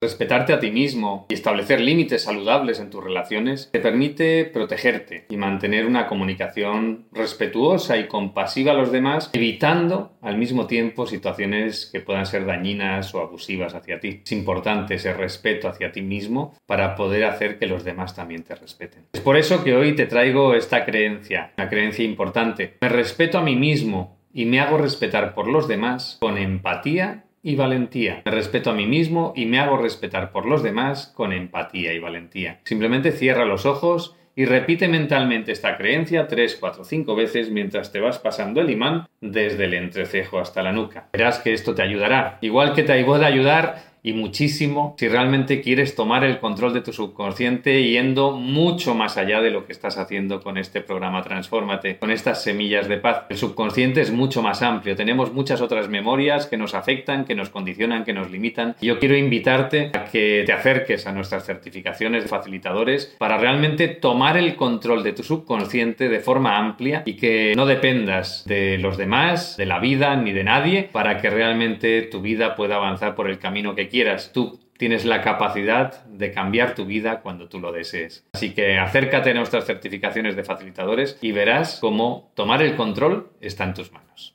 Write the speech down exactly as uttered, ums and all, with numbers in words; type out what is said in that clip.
Respetarte a ti mismo y establecer límites saludables en tus relaciones te permite protegerte y mantener una comunicación respetuosa y compasiva a los demás, evitando al mismo tiempo situaciones que puedan ser dañinas o abusivas hacia ti. Es importante ese respeto hacia ti mismo para poder hacer que los demás también te respeten. Es por eso que hoy te traigo esta creencia, una creencia importante. Me respeto a mí mismo y me hago respetar por los demás con empatía y valentía. Me respeto a mí mismo y me hago respetar por los demás con empatía y valentía. Simplemente cierra los ojos y repite mentalmente esta creencia tres, cuatro, cinco veces mientras te vas pasando el imán desde el entrecejo hasta la nuca. Verás que esto te ayudará. Igual que te puede ayudar y muchísimo si realmente quieres tomar el control de tu subconsciente yendo mucho más allá de lo que estás haciendo con este programa Transfórmate, con estas semillas de paz. El subconsciente es mucho más amplio, tenemos muchas otras memorias que nos afectan, que nos condicionan, que nos limitan. Yo quiero invitarte a que te acerques a nuestras certificaciones de facilitadores para realmente tomar el control de tu subconsciente de forma amplia y que no dependas de los demás, de la vida ni de nadie para que realmente tu vida pueda avanzar por el camino que quieras. Tú tienes la capacidad de cambiar tu vida cuando tú lo desees. Así que acércate a nuestras certificaciones de facilitadores y verás cómo tomar el control está en tus manos.